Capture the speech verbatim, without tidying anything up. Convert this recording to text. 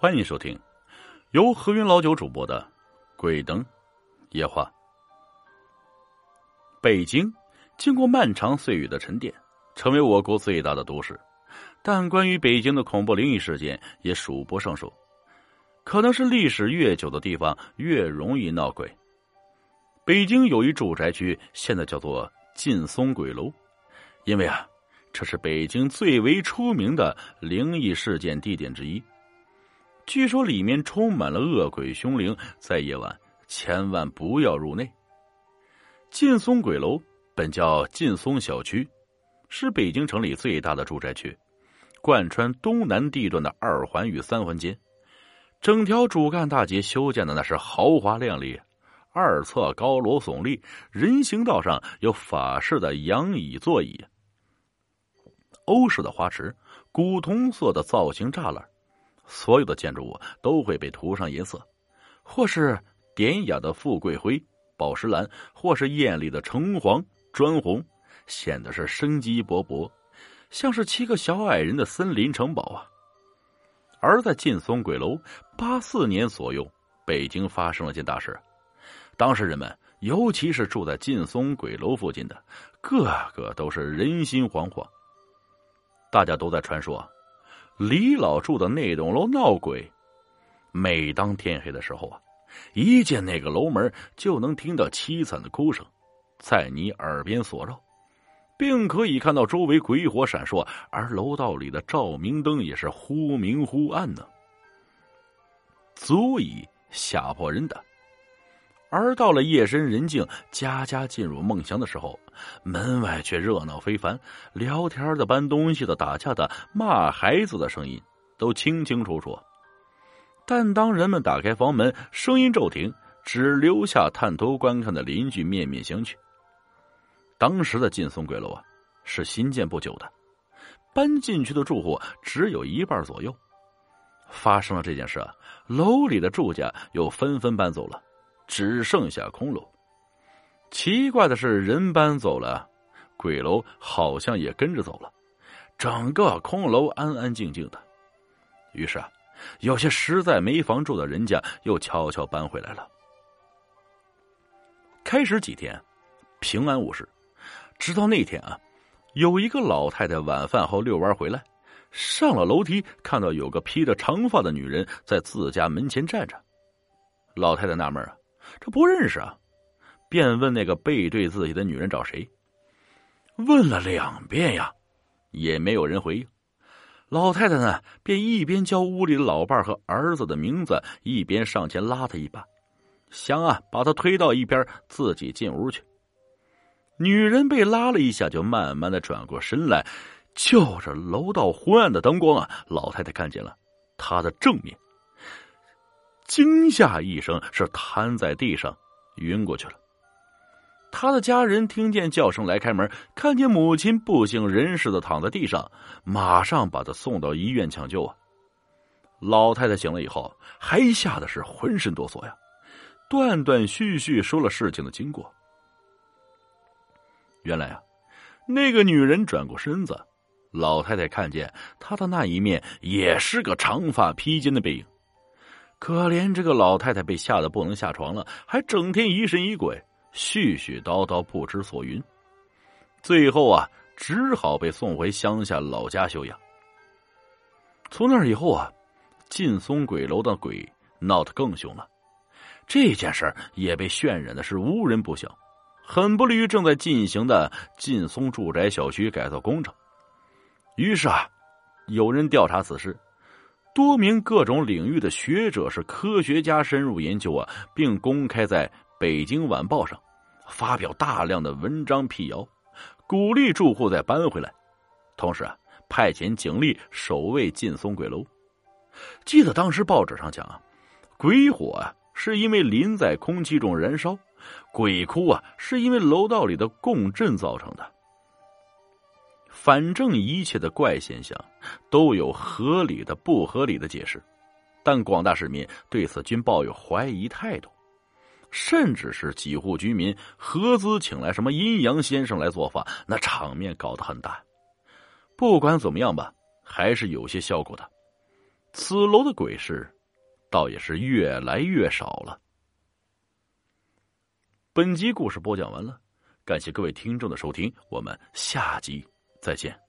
欢迎收听由何云老九主播的《鬼灯夜话》。北京经过漫长岁月的沉淀，成为我国最大的都市，但关于北京的恐怖灵异事件也数不胜数。可能是历史越久的地方越容易闹鬼。北京有一住宅区，现在叫做劲松鬼楼，因为啊，这是北京最为出名的灵异事件地点之一。据说里面充满了恶鬼凶灵，在夜晚千万不要入内。劲松鬼楼本叫劲松小区，是北京城里最大的住宅区，贯穿东南地段的二环与三环间，整条主干大街修建的那是豪华亮丽，二侧高楼耸立，人行道上有法式的仰椅座椅，欧式的花池，古铜色的造型栅栏，所有的建筑物都会被涂上颜色，或是典雅的富贵灰、宝石蓝，或是艳丽的橙黄、砖红，显得是生机勃勃，像是七个小矮人的森林城堡啊。而在劲松鬼楼八四年左右，北京发生了件大事。当时人们，尤其是住在劲松鬼楼附近的，个个都是人心惶惶。大家都在传说李老住的那栋楼闹鬼。每当天黑的时候啊，一见那个楼门，就能听到凄惨的哭声在你耳边所绕，并可以看到周围鬼火闪烁，而楼道里的照明灯也是忽明忽暗呢，足以吓破人的。而到了夜深人静，家家进入梦乡的时候，门外却热闹非凡，聊天的、搬东西的、打架的、骂孩子的声音都清清楚楚。但当人们打开房门，声音骤停，只留下探头观看的邻居面面相觑。当时的劲松鬼楼啊，是新建不久的，搬进去的住户只有一半左右。发生了这件事啊，楼里的住家又纷纷搬走了，只剩下空楼。奇怪的是，人搬走了，鬼楼好像也跟着走了，整个空楼安安静静的。于是啊，有些实在没房住的人家又悄悄搬回来了。开始几天平安无事，直到那天啊，有一个老太太晚饭后遛弯回来，上了楼梯，看到有个披着长发的女人在自家门前站着。老太太纳闷啊，这不认识啊，便问那个背对自己的女人找谁。问了两遍呀，也没有人回应。老太太呢，便一边叫屋里的老伴和儿子的名字，一边上前拉他一把，想啊把他推到一边，自己进屋去。女人被拉了一下，就慢慢的转过身来，就着楼道昏暗的灯光啊，老太太看见了她的正面，惊吓一声，是瘫在地上晕过去了。他的家人听见叫声来开门，看见母亲不省人事的躺在地上，马上把他送到医院抢救啊。老太太醒了以后，还吓得是浑身哆嗦呀，断断续续说了事情的经过。原来啊，那个女人转过身子，老太太看见她的那一面也是个长发披肩的背影。可怜这个老太太被吓得不能下床了，还整天疑神疑鬼，絮絮叨叨不知所云，最后啊，只好被送回乡下老家休养。从那以后啊，劲松鬼楼的鬼闹得更凶了，这件事也被渲染的是无人不晓，很不利于正在进行的劲松住宅小区改造工程。于是啊，有人调查此事，多名各种领域的学者是科学家深入研究啊，并公开在北京晚报上发表大量的文章辟谣，鼓励住户再搬回来，同时啊，派遣警力守卫劲松鬼楼。记得当时报纸上讲啊，鬼火啊是因为磷在空气中燃烧，鬼哭啊是因为楼道里的共振造成的。反正一切的怪现象都有合理的、不合理的解释，但广大市民对此均抱有怀疑态度，甚至是几户居民合资请来什么阴阳先生来做法，那场面搞得很大。不管怎么样吧，还是有些效果的。 此楼的鬼事倒也是越来越少了。本集故事播讲完了，感谢各位听众的收听，我们下集再见。